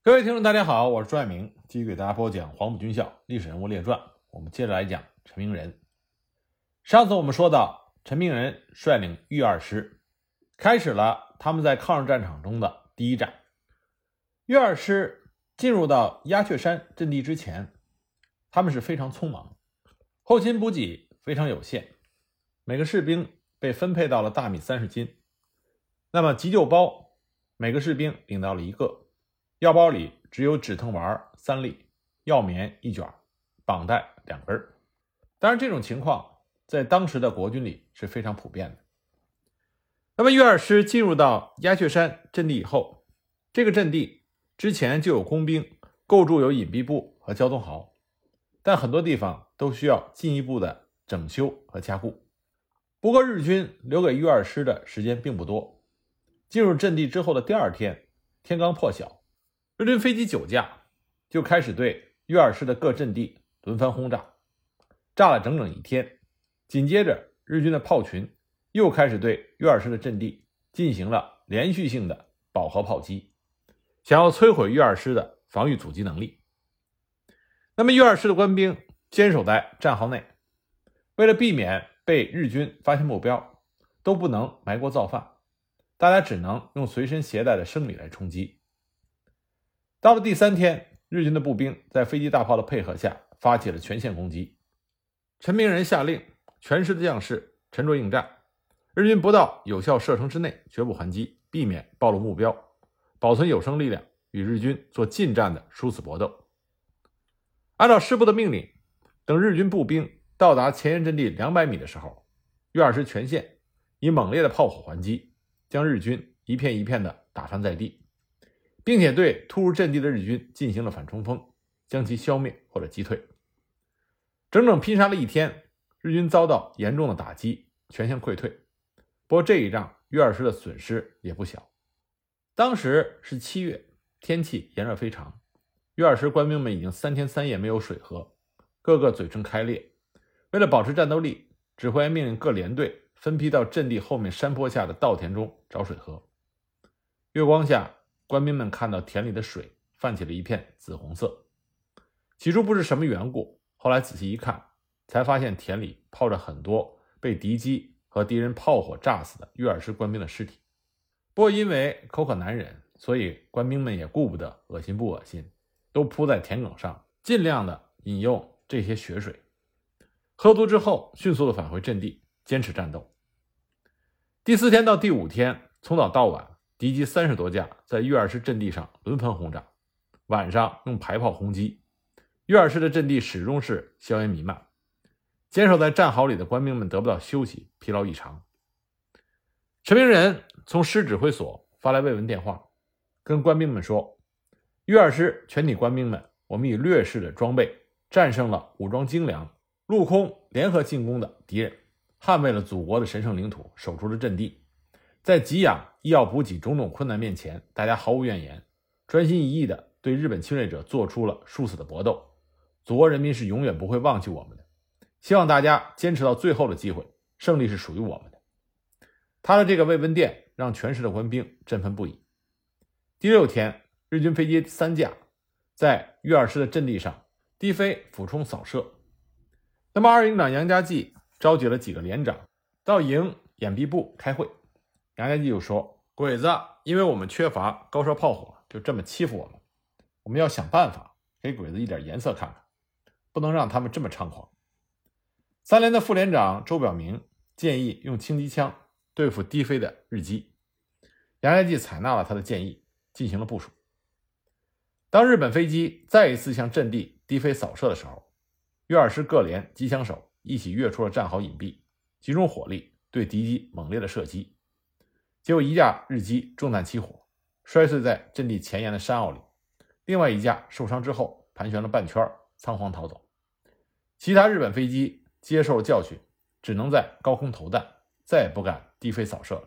各位听众大家好，我是朱爱明，继续给大家播讲黄埔军校历史人物列传。我们接着来讲陈明仁。上次我们说到，陈明仁率领豫二师开始了他们在抗日战场中的第一战。豫二师进入到鸦雀山阵地之前，他们是非常匆忙，后勤补给非常有限，每个士兵被分配到了大米30斤，那么急救包每个士兵领到了1个，药包里只有止疼丸3粒，药棉1卷，绑带2根。当然这种情况在当时的国军里是非常普遍的。那么豫二师进入到鸦雀山阵地以后，这个阵地之前就有工兵构筑有隐蔽部和交通壕，但很多地方都需要进一步的整修和加固。不过日军留给豫二师的时间并不多，进入阵地之后的第2天，天刚破晓，日军飞机9架就开始对豫二师的各阵地轮番轰炸，炸了整整1天。紧接着日军的炮群又开始对豫二师的阵地进行了连续性的饱和炮击，想要摧毁豫二师的防御阻击能力。那么豫二师的官兵坚守在战壕内，为了避免被日军发现目标，都不能埋锅造饭，大家只能用随身携带的生米来充饥。到了第3天，日军的步兵在飞机大炮的配合下发起了全线攻击。陈明仁下令全师的将士沉着应战，日军不到有效射程之内绝不还击，避免暴露目标，保存有生力量与日军做近战的殊死搏斗。按照师部的命令，等日军步兵到达前沿阵地200米的时候，豫二师全线以猛烈的炮火还击，将日军一片一片的打翻在地，并且对突入阵地的日军进行了反冲锋，将其消灭或者击退。整整拼杀了1天，日军遭到严重的打击，全线溃退。不过这一仗豫二师的损失也不小。当时是7月，天气炎热非常，豫二师官兵们已经3天3夜没有水喝，个个嘴唇开裂。为了保持战斗力，指挥员命令各连队分批到阵地后面山坡下的稻田中找水喝。月光下，官兵们看到田里的水泛起了一片紫红色，起初不知什么缘故，后来仔细一看，才发现田里泡着很多被敌机和敌人炮火炸死的豫二师官兵的尸体。不过因为口渴难忍，所以官兵们也顾不得恶心不恶心，都扑在田埂上，尽量的饮用这些血水。喝足之后，迅速的返回阵地，坚持战斗。第4天到第5天，从早到晚，敌机30多架在豫二师阵地上轮番轰炸，晚上用排炮轰击。豫二师的阵地始终是硝烟弥漫，坚守在战壕里的官兵们得不到休息，疲劳异常。陈明仁从师指挥所发来慰问电话，跟官兵们说，豫二师全体官兵们，我们以劣势的装备战胜了武装精良、陆空联合进攻的敌人，捍卫了祖国的神圣领土，守住了阵地。在给养、医药补给种种困难面前，大家毫无怨言，专心一意地对日本侵略者做出了殊死的搏斗。祖国人民是永远不会忘记我们的，希望大家坚持到最后的机会，胜利是属于我们的。他的这个慰问电让全师的官兵振奋不已。第6天，日军飞机3架在豫二师的阵地上低飞俯冲扫射。那么二营长杨家骥召集了几个连长到营掩蔽部开会。杨家骥就说，鬼子因为我们缺乏高射炮火，就这么欺负我们，我们要想办法给鬼子一点颜色看看，不能让他们这么猖狂。3连的副连长周表明建议用轻机枪对付低飞的日机，杨家骥采纳了他的建议，进行了部署。当日本飞机再一次向阵地低飞扫射的时候，豫二师各连机枪手一起跃出了战壕隐蔽，集中火力对敌机猛烈的射击。结果1架日机中弹起火，摔碎在阵地前沿的山坳里，另外1架受伤之后盘旋了半圈，仓皇逃走。其他日本飞机接受了教训，只能在高空投弹，再也不敢低飞扫射了。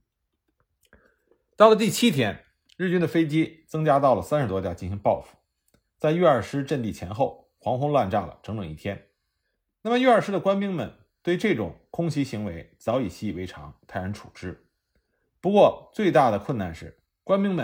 到了第7天，日军的飞机增加到了30多架进行报复，在豫二师阵地前后狂轰滥炸了整整1天。那么豫二师的官兵们对这种空袭行为早已习以为常，泰然处之。不过最大的困难是，官兵们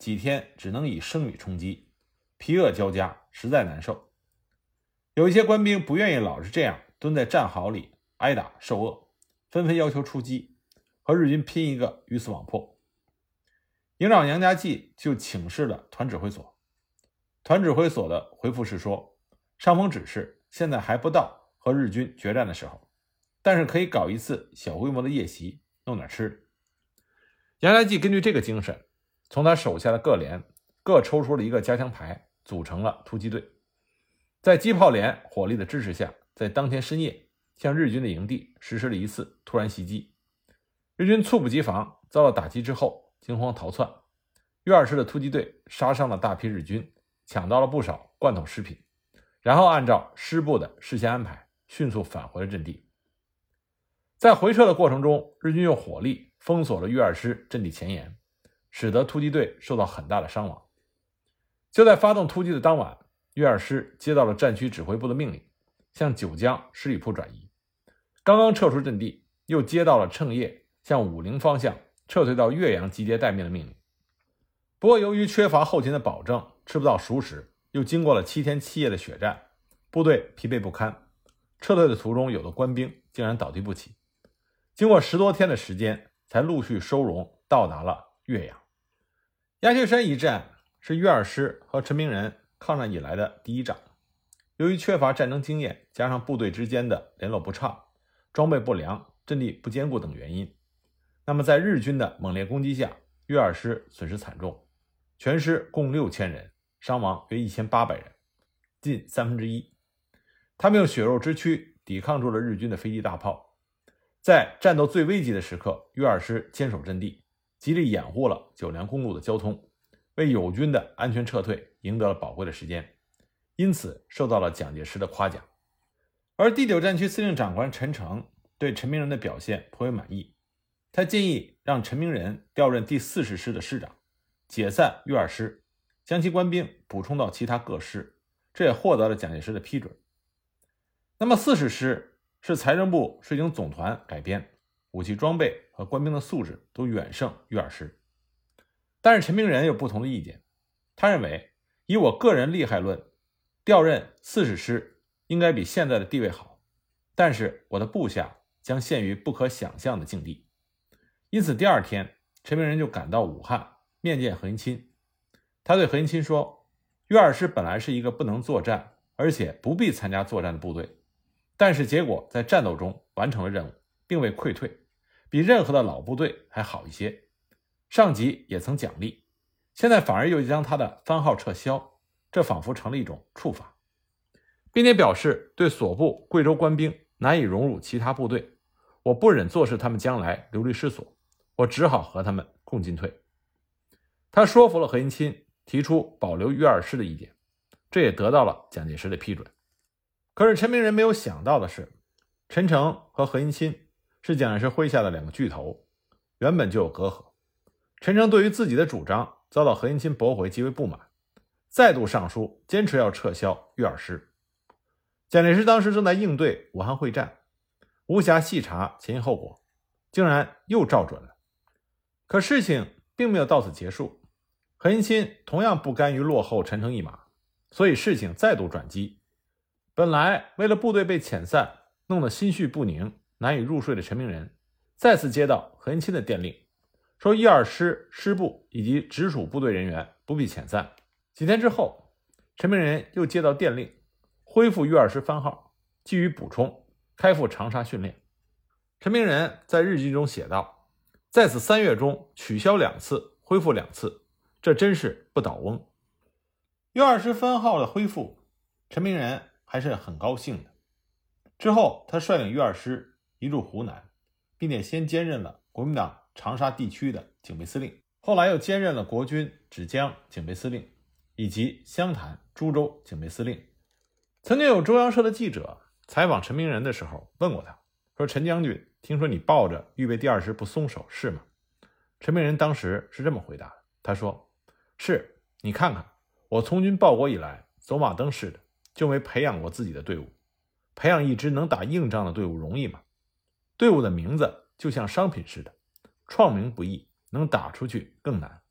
几天只能以生米充饥，疲饿交加，实在难受。有一些官兵不愿意老是这样蹲在战壕里挨打受饿，纷纷要求出击，和日军拼一个鱼死网破。营长杨家骥就请示了团指挥所，团指挥所的回复是说，上峰指示现在还不到和日军决战的时候，但是可以搞一次小规模的夜袭，弄点吃的。杨家骥根据这个精神，从他手下的各连各抽出了一个加强排，组成了突击队，在机炮连火力的支持下，在当天深夜向日军的营地实施了一次突然袭击。日军猝不及防，遭到打击之后惊慌逃窜，岳二师的突击队杀伤了大批日军，抢到了不少罐头食品，然后按照师部的事先安排迅速返回了阵地。在回撤的过程中，日军用火力封锁了岳二师阵地前沿，使得突击队受到很大的伤亡。就在发动突击的当晚，岳二师接到了战区指挥部的命令，向九江十里铺转移。刚刚撤出阵地，又接到了趁夜向武陵方向撤退到岳阳集结待命的命令。不过由于缺乏后勤的保证，吃不到熟食，又经过了7天7夜的血战，部队疲惫不堪。撤退的途中，有的官兵竟然倒地不起。经过10多天的时间，才陆续收容到达了岳阳。鸦雀山一战是岳二师和陈明仁抗战以来的第一仗。由于缺乏战争经验，加上部队之间的联络不畅、装备不良、阵地不坚固等原因，那么在日军的猛烈攻击下，岳二师损失惨重，全师共6000人，伤亡约1800人，近1/3。他们用血肉之躯抵抗住了日军的飞机大炮。在战斗最危急的时刻，岳二师坚守阵地，极力掩护了九梁公路的交通，为友军的安全撤退赢得了宝贵的时间，因此受到了蒋介石的夸奖。而第9战区司令长官陈诚对陈明仁的表现颇为满意，他建议让陈明仁调任第40师的师长，解散岳二师，将其官兵补充到其他各师，这也获得了蒋介石的批准。那么40师是财政部税警总团改编，武器装备和官兵的素质都远胜岳二师。但是陈明仁有不同的意见，他认为以我个人利害论，调任40师应该比现在的地位好，但是我的部下将陷于不可想象的境地。因此第2天，陈明仁就赶到武汉面见何应钦。他对何应钦说，岳二师本来是一个不能作战，而且不必参加作战的部队，但是结果在战斗中完成了任务，并未溃退，比任何的老部队还好一些。上级也曾奖励，现在反而又将他的番号撤销，这仿佛成了一种处罚，并且表示对所部贵州官兵难以融入其他部队，我不忍坐视他们将来流离失所，我只好和他们共进退。他说服了何应钦，提出保留岳二师的意见，这也得到了蒋介石的批准。可是陈明仁没有想到的是，陈诚和何应钦是蒋介石麾下的2个巨头，原本就有隔阂。陈诚对于自己的主张遭到何应钦驳回极为不满，再度上书坚持要撤销岳二师。蒋介石当时正在应对武汉会战，无暇细查前因后果，竟然又照准了。可事情并没有到此结束，何应钦同样不甘于落后陈诚一马，所以事情再度转机。本来为了部队被遣散弄得心绪不宁难以入睡的陈明仁，再次接到何应钦的电令，说1、2师师部以及直属部队人员不必遣散。几天之后，陈明仁又接到电令，恢复岳二师番号，给予补充，开赴长沙训练。陈明仁在日记中写道，在此3月中取消2次，恢复2次，这真是不倒翁。岳二师番号的恢复，陈明仁还是很高兴的。之后他率领岳二师移驻湖南，并且先兼任了国民党长沙地区的警备司令，后来又兼任了国军芷江警备司令以及湘潭、株洲警备司令。曾经有中央社的记者采访陈明仁的时候问过他，说陈将军，听说你抱着预备第2师不松手，是吗？陈明仁当时是这么回答的，他说，是，你看看我从军报国以来，走马灯似的就没培养过自己的队伍，培养一支能打硬仗的队伍容易吗？队伍的名字就像商品似的，创名不易，能打出去更难，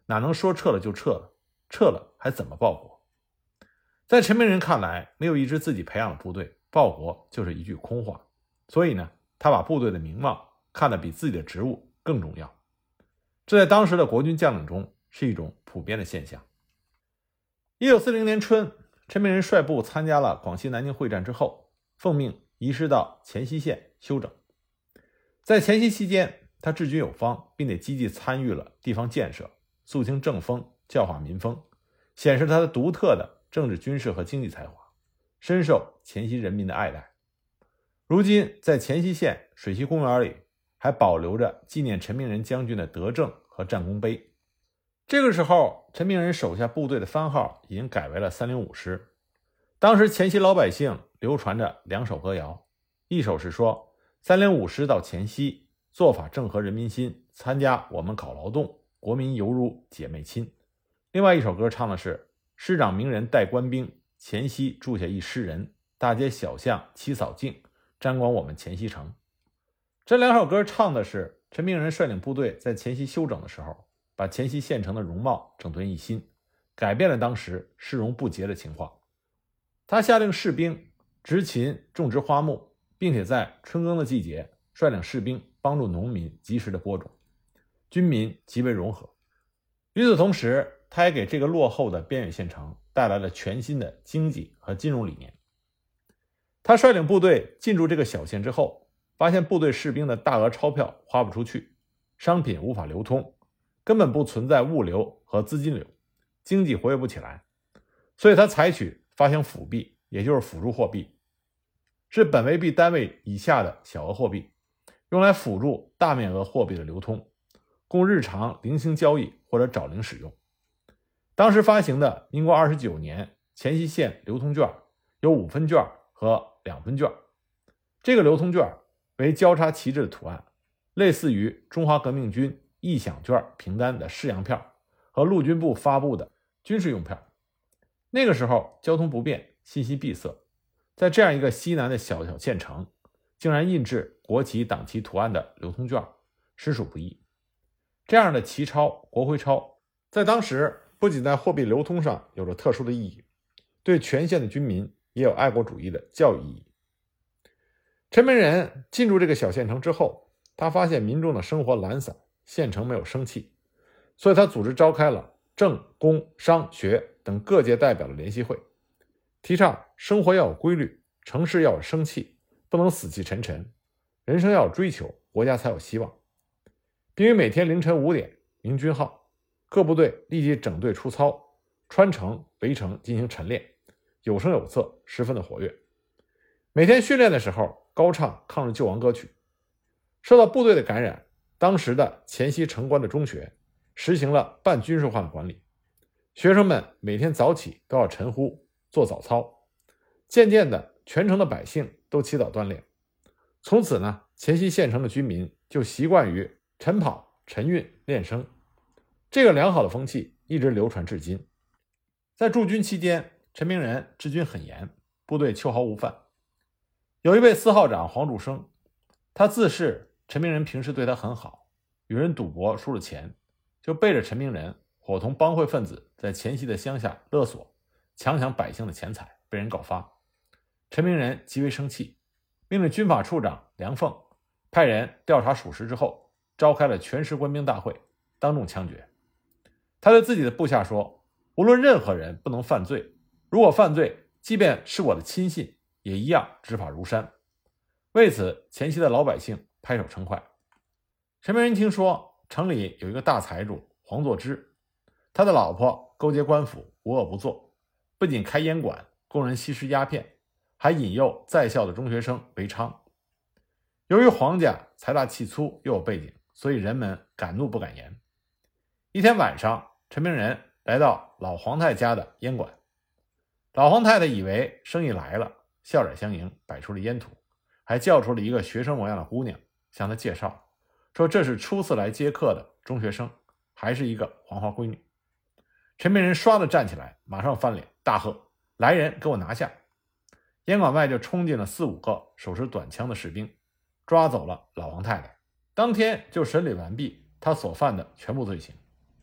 哪能说撤了就撤了？撤了还怎么报国？在陈明仁看来，没有一支自己培养的部队，报国就是一句空话。所以呢，他把部队的名望看得比自己的职务更重要。这在当时的国军将领中是一种普遍的现象。1940年春，陈明仁率部参加了广西南京会战之后，奉命移师到黔西县休整。在黔西期间，他治军有方，并且积极参与了地方建设，肃清政风，教化民风，显示他的独特的政治、军事和经济才华，深受黔西人民的爱戴。如今在黔西县水西公园里还保留着纪念陈明仁将军的德政和战功碑。这个时候，陈明仁手下部队的番号已经改为了305师。当时黔西老百姓流传着2首歌谣，一首是说305师到黔西，做法正合人民心，参加我们搞劳动，国民犹如姐妹亲。另外一首歌唱的是师长名人带官兵，黔西住下一师人，大街小巷齐扫净，沾光我们黔西城。这2首歌唱的是陈明仁率领部队在黔西休整的时候，把黔西县城的容貌整顿一新，改变了当时市容不洁的情况。他下令士兵执勤种植花木，并且在春耕的季节率领士兵帮助农民及时的播种，军民极为融合。与此同时，他也给这个落后的边远县城带来了全新的经济和金融理念。他率领部队进驻这个小县之后，发现部队士兵的大额钞票花不出去，商品无法流通，根本不存在物流和资金流，经济活跃不起来。所以他采取发行辅币，也就是辅助货币，是本位币单位以下的小额货币，用来辅助大面额货币的流通，供日常零星交易或者找零使用。当时发行的民国29年黔西县流通券有5分券和2分券。这个流通券为交叉旗帜的图案，类似于中华革命军义享券凭单的式样票和陆军部发布的军事用票。那个时候交通不便，信息闭塞，在这样一个西南的小县城，竟然印制国旗党旗图案的流通券，实属不易。这样的旗钞、国徽钞在当时不仅在货币流通上有着特殊的意义，对全县的军民也有爱国主义的教育意义。陈明仁进驻这个小县城之后，他发现民众的生活懒散，县城没有生气，所以他组织召开了政、工、商、学等各界代表的联席会，提倡生活要有规律，城市要有生气，不能死气沉沉，人生要有追求，国家才有希望。并于每天凌晨5点鸣军号，各部队立即整队出操，穿城围城进行晨练，有声有色，十分的活跃。每天训练的时候高唱抗日救亡歌曲。受到部队的感染，当时的黔西城关的中学实行了半军事化的管理，学生们每天早起都要晨呼做早操，渐渐的全城的百姓都起早锻炼。从此呢，黔西县城的居民就习惯于晨跑、晨运、练声，这个良好的风气一直流传至今。在驻军期间，陈明仁治军很严，部队秋毫无犯。有一位司号长黄柱生，他自恃陈明仁平时对他很好，与人赌博输了钱，就背着陈明仁伙同帮会分子在黔西的乡下勒索，强抢百姓的钱财，被人告发。陈明仁极为生气，命令军法处长梁凤派人调查属实之后，召开了全师官兵大会，当众枪决。他对自己的部下说，无论任何人不能犯罪，如果犯罪，即便是我的亲信也一样执法如山。为此，黔西的老百姓拍手称快。陈明仁听说城里有一个大财主黄作之，他的老婆勾结官府，无恶不作，不仅开烟馆供人吸食鸦片，还引诱在校的中学生为娼。由于黄家财大气粗又有背景，所以人们敢怒不敢言。一天晚上，陈明仁来到老黄太家的烟馆，老黄太太以为生意来了，笑脸相迎，摆出了烟土，还叫出了一个学生模样的姑娘向他介绍，说这是初次来接客的中学生，还是一个黄花闺女。陈明仁唰地站起来，马上翻脸大喝，来人，给我拿下。烟馆外就冲进了4-5个手持短枪的士兵，抓走了老黄太太，当天就审理完毕他所犯的全部罪行。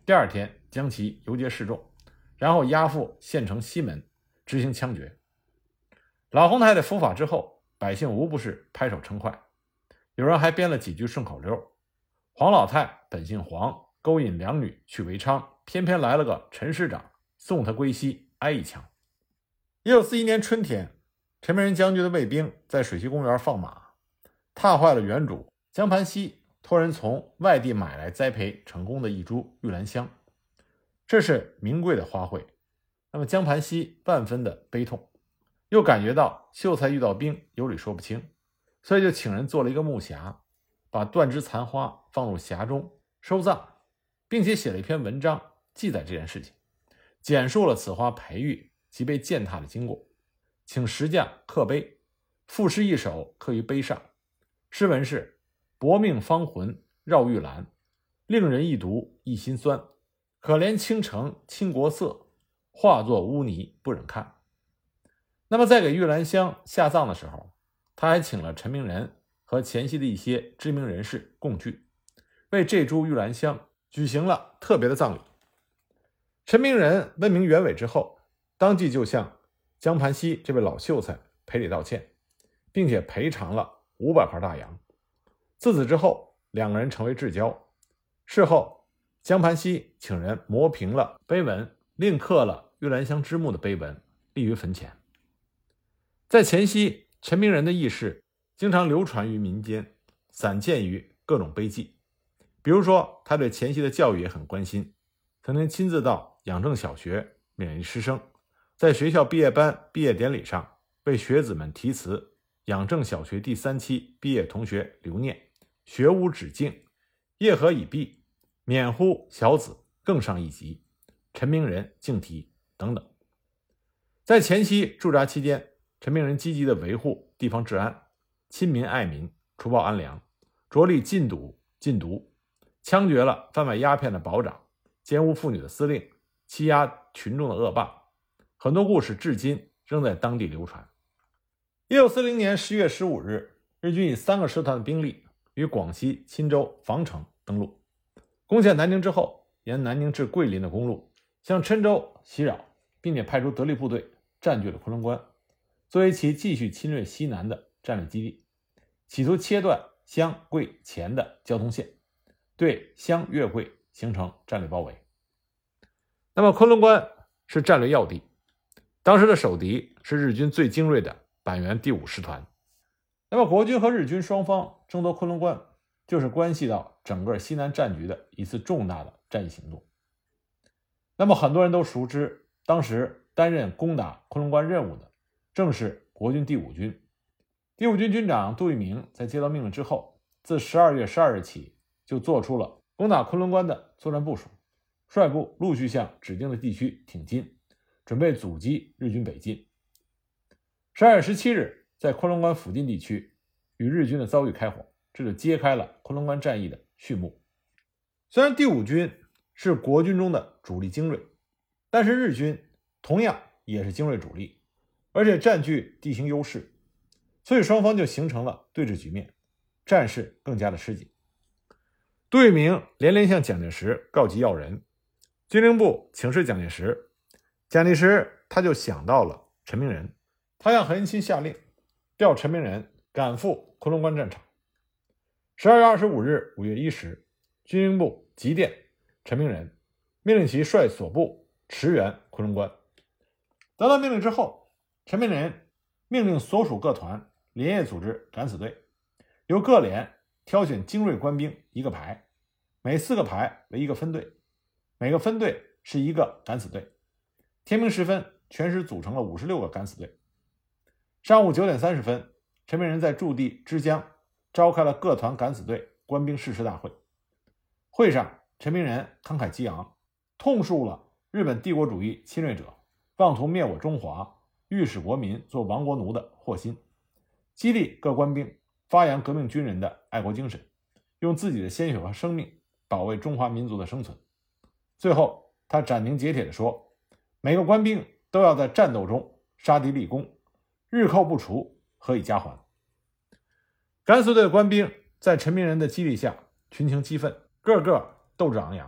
第二天将其游街示众，然后押赴县城西门执行枪决。老洪太太伏法之后，百姓无不是拍手称快，有人还编了几句顺口溜：黄老太本姓黄，勾引两女去为娼，偏偏来了个陈师长，送他归西挨一枪。1641年春天，陈明仁将军的卫兵在水西公园放马，踏坏了原主江盘溪托人从外地买来栽培成功的一株玉兰香，这是名贵的花卉。那么江盘溪万分的悲痛，又感觉到秀才遇到兵有理说不清，所以就请人做了一个木匣，把断枝残花放入匣中收葬，并且写了一篇文章记载这件事情，简述了此花培育及被践踏的经过，请石匠刻碑，赋诗一首刻于碑上。诗文是：薄命芳魂绕玉兰，令人一读一心酸，可怜倾城倾国色，化作污泥不忍看。那么在给玉兰香下葬的时候，他还请了陈明仁和前夕的一些知名人士共聚，为这株玉兰香举行了特别的葬礼。陈明仁问明原委之后，当即就向江盘溪这位老秀才赔礼道歉，并且赔偿了500块大洋。自此之后，两个人成为至交。事后，江盘溪请人磨平了碑文，另刻了玉兰香之墓的碑文，立于坟前。在前夕，陈明仁的轶事经常流传于民间，散见于各种碑记。比如说，他对前夕的教育也很关心，曾经亲自到养正小学勉励师生，在学校毕业班毕业典礼上为学子们题词，养正小学第3期毕业同学留念：学无止境，业何已毕，免乎小子更上一级，陈明仁敬题等等。在前夕驻扎期间，陈明仁积极地维护地方治安，亲民爱民，除暴安良，着力禁赌禁毒，枪决了贩卖鸦片的保长，奸污妇女的司令，欺压群众的恶霸。很多故事至今仍在当地流传。1640年10月15日，日军以3个师团的兵力于广西钦州防城登陆，攻陷南宁之后，沿南宁至桂林的公路向郴州袭扰，并且派出得力部队占据了昆仑关，作为其继续侵略西南的战略基地，企图切断湘桂黔的交通线，对湘粤桂形成战略包围。那么昆仑关是战略要地，当时的守敌是日军最精锐的板垣第5师团。那么国军和日军双方争夺昆仑关，就是关系到整个西南战局的一次重大的战役行动。那么很多人都熟知，当时担任攻打昆仑关任务的正是国军第5军。第5军军长杜聿明在接到命令之后，自12月12日起就做出了攻打昆仑关的作战部署，率部陆续向指定的地区挺进，准备阻击日军北进。12月17日，在昆仑关附近地区与日军的遭遇开火，这就揭开了昆仑关战役的序幕。虽然第5军是国军中的主力精锐，但是日军同样也是精锐主力，而且占据地形优势，所以双方就形成了对峙局面，战事更加的吃紧。杜聿明连连向蒋介石告急要人，军令部请示蒋介石，蒋介石他就想到了陈明仁，他向何应钦下令调陈明仁赶赴昆仑关战场。12月25日5月1时，军令部急电陈明仁，命令其率所部驰援昆仑关。得到命令之后，陈明仁命令所属各团连夜组织敢死队，由各连挑选精锐官兵1个排，每4个排为1个分队，每个分队是1个敢死队。天明时分，全师组成了56个敢死队。上午9点30分，陈明仁在驻地枝江召开了各团敢死队官兵誓师大会。会上，陈明仁慷慨激昂，痛述了日本帝国主义侵略者妄图灭我中华，欲使国民做亡国奴的祸心，激励各官兵发扬革命军人的爱国精神，用自己的鲜血和生命保卫中华民族的生存。最后，他斩钉截铁地说，每个官兵都要在战斗中杀敌立功，日寇不除，何以加还？敢死队的官兵在陈明仁的激励下群情激愤，个个斗志昂扬。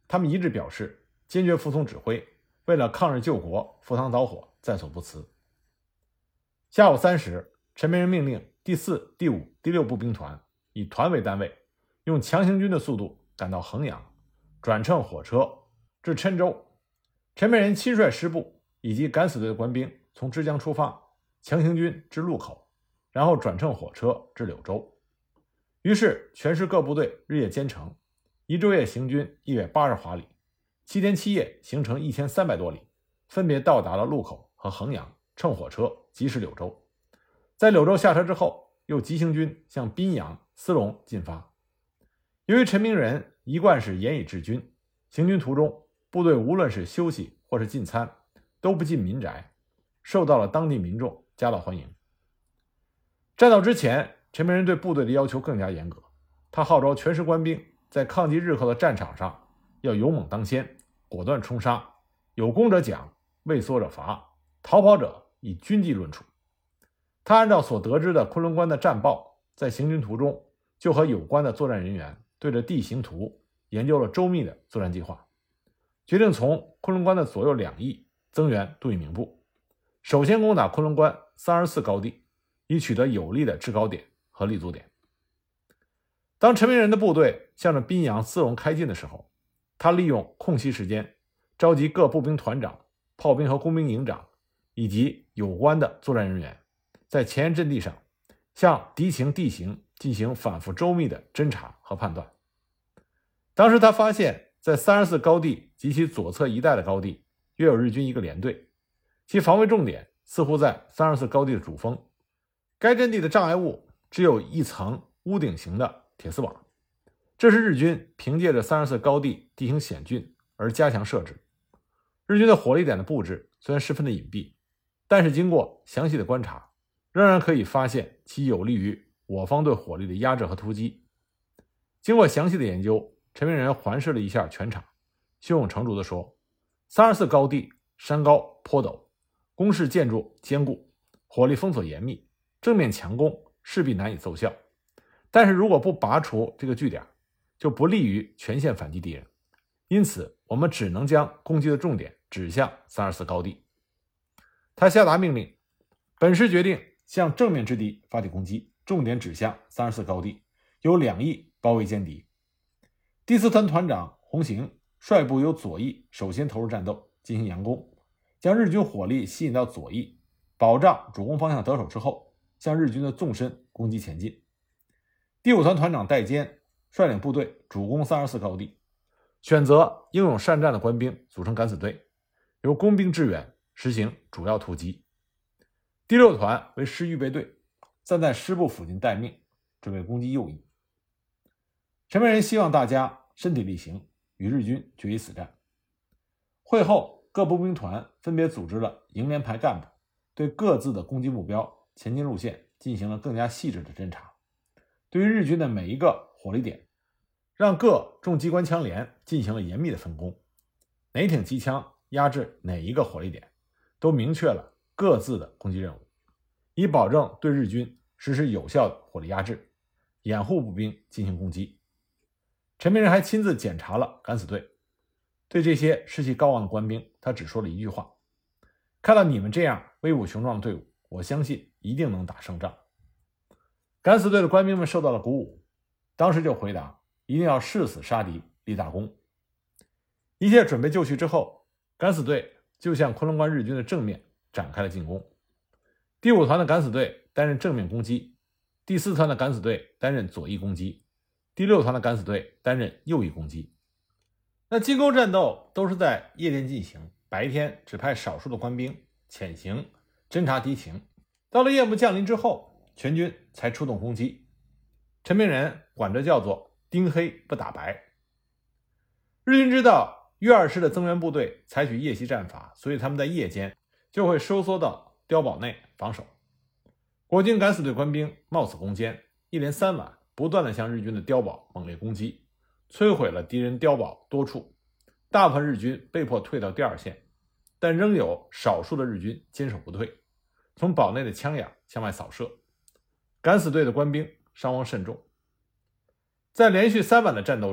他们一致表示坚决服从指挥，为了抗日救国赴汤蹈火，在所不辞。下午3时，陈明仁命令第4、第5、第6步兵团以团为单位，用强行军的速度赶到衡阳，转乘火车至郴州。陈明仁亲率师部以及敢死队的官兵从枝江出发，强行军至路口，然后转乘火车至柳州。于是全师各部队日夜兼程，1昼夜行军180华里，7天7夜行程1300多里，分别到达了路口和衡阳，乘火车疾驶柳州。在柳州下车之后，又急行军向宾阳、思龙进发。由于陈明仁一贯是严以治军，行军途中部队无论是休息或是进餐，都不进民宅，受到了当地民众夹道欢迎。战斗之前，陈明仁对部队的要求更加严格，他号召全师官兵在抗击日寇的战场上要勇猛当先，果断冲杀，有功者奖，畏缩者罚，逃跑者以军纪论处。他按照所得知的昆仑关的战报，在行军途中就和有关的作战人员对着地形图研究了周密的作战计划，决定从昆仑关的左右2翼增援杜聿明部，首先攻打昆仑关34高地，以取得有利的制高点和立足点。当陈明仁的部队向着宾阳、思龙开进的时候，他利用空隙时间召集各步兵团长、炮兵和工兵营长以及有关的作战人员，在前沿阵地上向敌情地形进行反复周密的侦察和判断。当时他发现在34高地及其左侧一带的高地约有日军一个连队，其防卫重点似乎在34高地的主峰。该阵地的障碍物只有一层屋顶型的铁丝网，这是日军凭借着34高地地形险峻而加强设置。日军的火力点的布置虽然十分的隐蔽，但是经过详细的观察，仍然可以发现其有利于我方对火力的压制和突击。经过详细的研究，陈明仁环视了一下全场，胸有成竹地说：34高地山高坡陡，工事建筑坚固，火力封锁严密，正面强攻势必难以奏效。但是如果不拔除这个据点，就不利于全线反击敌人，因此我们只能将攻击的重点指向34高地。他下达命令，本师决定向正面之敌发起攻击，重点指向34高地，由2翼包围歼敌。第4团团长洪行率部由左翼首先投入战斗，进行佯攻，将日军火力吸引到左翼，保障主攻方向得手之后，向日军的纵深攻击前进。第5团团长戴坚率领部队主攻34高地，选择英勇善战的官兵组成敢死队，由工兵支援，实行主要突击。第6团为师预备队，站在师部附近待命，准备攻击右翼。陈明仁希望大家身体力行，与日军决一死战。会后，各步兵团分别组织了营连排干部，对各自的攻击目标、前进路线进行了更加细致的侦查。对于日军的每一个火力点，让各重机关枪连进行了严密的分工，哪挺机枪压制哪一个火力点，都明确了各自的攻击任务，以保证对日军实施有效的火力压制，掩护步兵进行攻击。陈明仁还亲自检查了敢死队，对这些士气高昂的官兵，他只说了一句话：看到你们这样威武雄壮的队伍，我相信一定能打胜仗。敢死队的官兵们受到了鼓舞，当时就回答：一定要誓死杀敌，立大功。一切准备就绪之后，敢死队就向昆仑关日军的正面展开了进攻。第5团的敢死队担任正面攻击，第4团的敢死队担任左翼攻击，第6团的敢死队担任右翼攻击。那进攻战斗都是在夜间进行，白天只派少数的官兵潜行侦察敌情，到了夜幕降临之后，全军才出动攻击。陈明仁管这叫做盯黑不打白。日军知道粤2师的增援部队采取夜袭战法，所以他们在夜间就会收缩到碉堡内防守。国军敢死队官兵冒死攻坚，一连3晚不断地向日军的碉堡猛烈攻击，摧毁了敌人碉堡多处，大部分日军被迫退到第2线，但仍有少数的日军坚守不退，从堡内的枪眼向外扫射，敢死队的官兵伤亡甚重。在连续3晚的战斗中，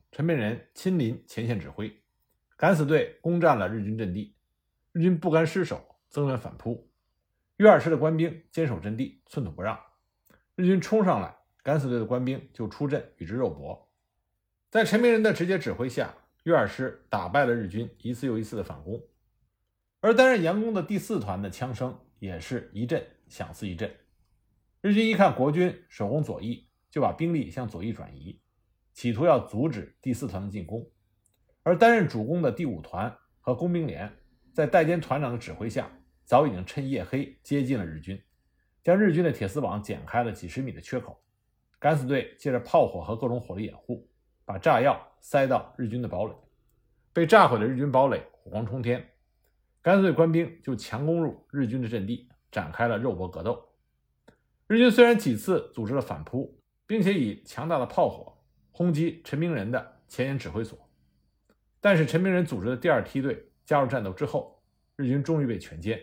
陈明仁亲临前线指挥，敢死队攻占了日军阵地，日军不甘失守，增援反扑。粤二师的官兵坚守阵地，寸土不让。日军冲上来，敢死队的官兵就出阵与之肉搏。在陈明仁的直接指挥下，粤二师打败了日军一次又一次的反攻。而担任佯攻的第4团的枪声也是一阵响似一阵。日军一看国军守攻左翼，就把兵力向左翼转移，企图要阻止第4团的进攻。而担任主攻的第5团和工兵连在代监团长的指挥下，早已经趁夜黑接近了日军，将日军的铁丝网剪开了几十米的缺口。敢死队借着炮火和各种火力掩护，把炸药塞到日军的堡垒。被炸毁的日军堡垒火光冲天，敢死队官兵就强攻入日军的阵地，展开了肉搏格斗。日军虽然几次组织了反扑，并且以强大的炮火轰击陈明仁的前沿指挥所，但是陈明仁组织的第2梯队加入战斗之后，日军终于被全歼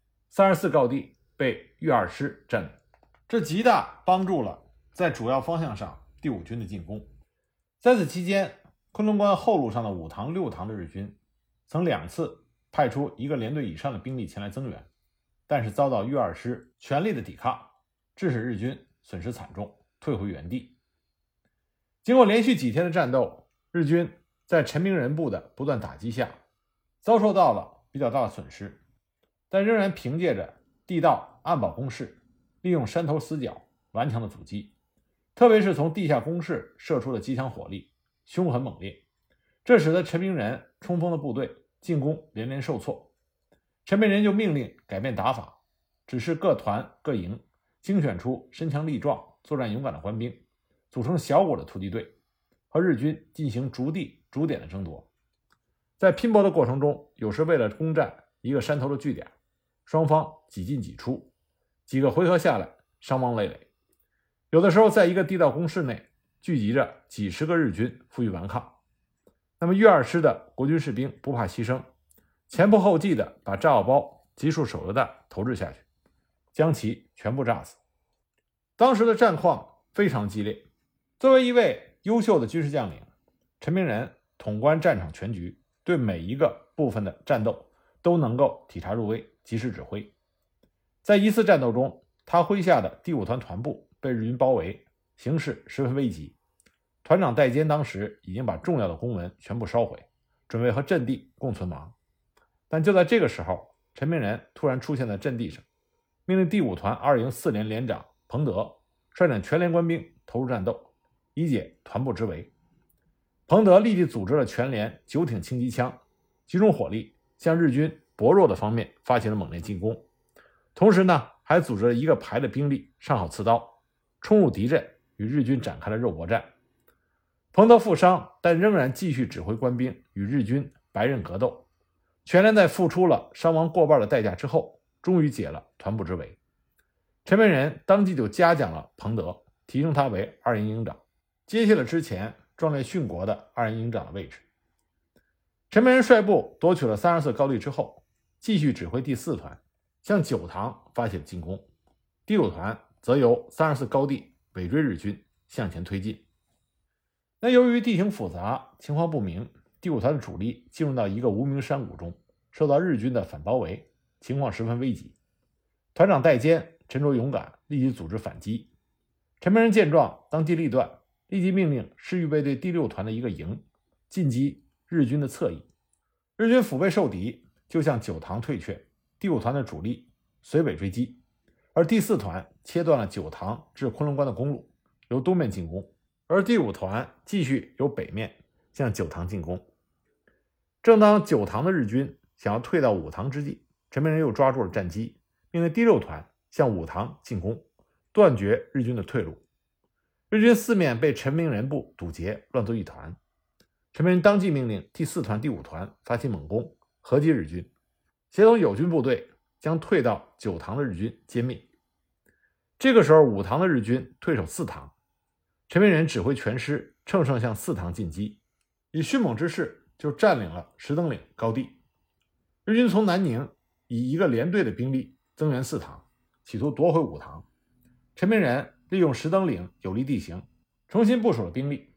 ，34高地被粤二师占领，这极大帮助了在主要方向上第5军的进攻。在此期间，昆仑关后路上的5塘、6塘的日军曾2次派出1个连队以上的兵力前来增援，但是遭到粤二师全力的抵抗，致使日军损失惨重，退回原地。经过连续几天的战斗，日军在陈明仁部的不断打击下，遭受到了比较大的损失，但仍然凭借着地道暗堡工事，利用山头死角顽强的阻击，特别是从地下工事射出的机枪火力凶狠猛烈，这使得陈明仁冲锋的部队进攻连连受挫。陈明仁就命令改变打法，指示各团各营精选出身强力壮、作战勇敢的官兵，组成小股的突击队，和日军进行逐地逐点的争夺。在拼搏的过程中，有时为了攻占一个山头的据点，双方几进几出，几个回合下来伤亡累累。有的时候在一个地道工事内聚集着几十个日军负隅顽抗，那么粤二师的国军士兵不怕牺牲，前仆后继地把炸药包、集束手榴弹投掷下去，将其全部炸死。当时的战况非常激烈，作为一位优秀的军事将领，陈明仁统观战场全局，对每一个部分的战斗都能够体察入微，及时指挥。在一次战斗中，他麾下的第5团团部被日军包围，形势十分危急。团长戴坚当时已经把重要的公文全部烧毁，准备和阵地共存亡。但就在这个时候，陈明仁突然出现在阵地上，命令第5团2营4连连长彭德率领全连官兵投入战斗，以解团部之围。彭德立即组织了全连9挺轻机枪，集中火力向日军薄弱的方面发起了猛烈进攻，同时呢，还组织了1个排的兵力上好刺刀，冲入敌阵，与日军展开了肉搏战。彭德负伤，但仍然继续指挥官兵与日军白刃格斗。全连在付出了伤亡过半的代价之后，终于解了团部之围。陈明仁当即就嘉奖了彭德，提升他为2营营长，接替了之前壮烈殉国的2营营长的位置。陈明仁率部夺取了34高地之后，继续指挥第4团向9塘发起了进攻，第5团则由34高地尾追日军向前推进。那由于地形复杂，情况不明，第5团的主力进入到一个无名山谷中，受到日军的反包围，情况十分危急。团长戴坚沉着勇敢，立即组织反击。陈明仁见状，当机立断，立即命令师预备队第6团的一个营进击日军的侧翼。日军腹背受敌，就向9塘退却，第5团的主力随尾追击，而第4团切断了9塘至昆仑关的公路，由东面进攻，而第5团继续由北面向9塘进攻。正当9塘的日军想要退到5塘之际，陈明仁又抓住了战机，命令第6团向5塘进攻，断绝日军的退路。日军四面被陈明仁部堵截，乱作一团。陈明仁当即命令第4团、第5团发起猛攻，合击日军，协同友军部队将退到9塘的日军歼灭。这个时候，5塘的日军退守4塘，陈明仁指挥全师乘胜向4塘进击，以迅猛之势就占领了石登岭高地。日军从南宁以1个连队的兵力增援4塘，企图夺回5塘。陈明仁利用石登岭有利地形，重新部署了兵力，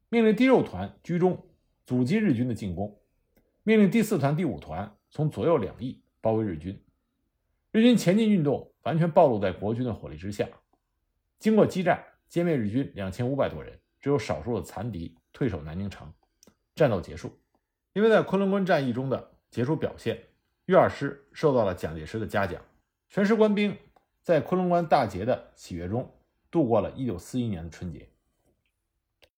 命令第6团居中，阻击日军的进攻，命令第4团、第5团从左右两翼包围日军。日军前进运动完全暴露在国军的火力之下。经过激战，歼灭日军2500多人，只有少数的残敌退守南京城，战斗结束。因为在昆仑关战役中的杰出表现，豫2师受到了蒋介石的嘉奖。全师官兵在昆仑关大捷的喜悦中度过了1941年的春节。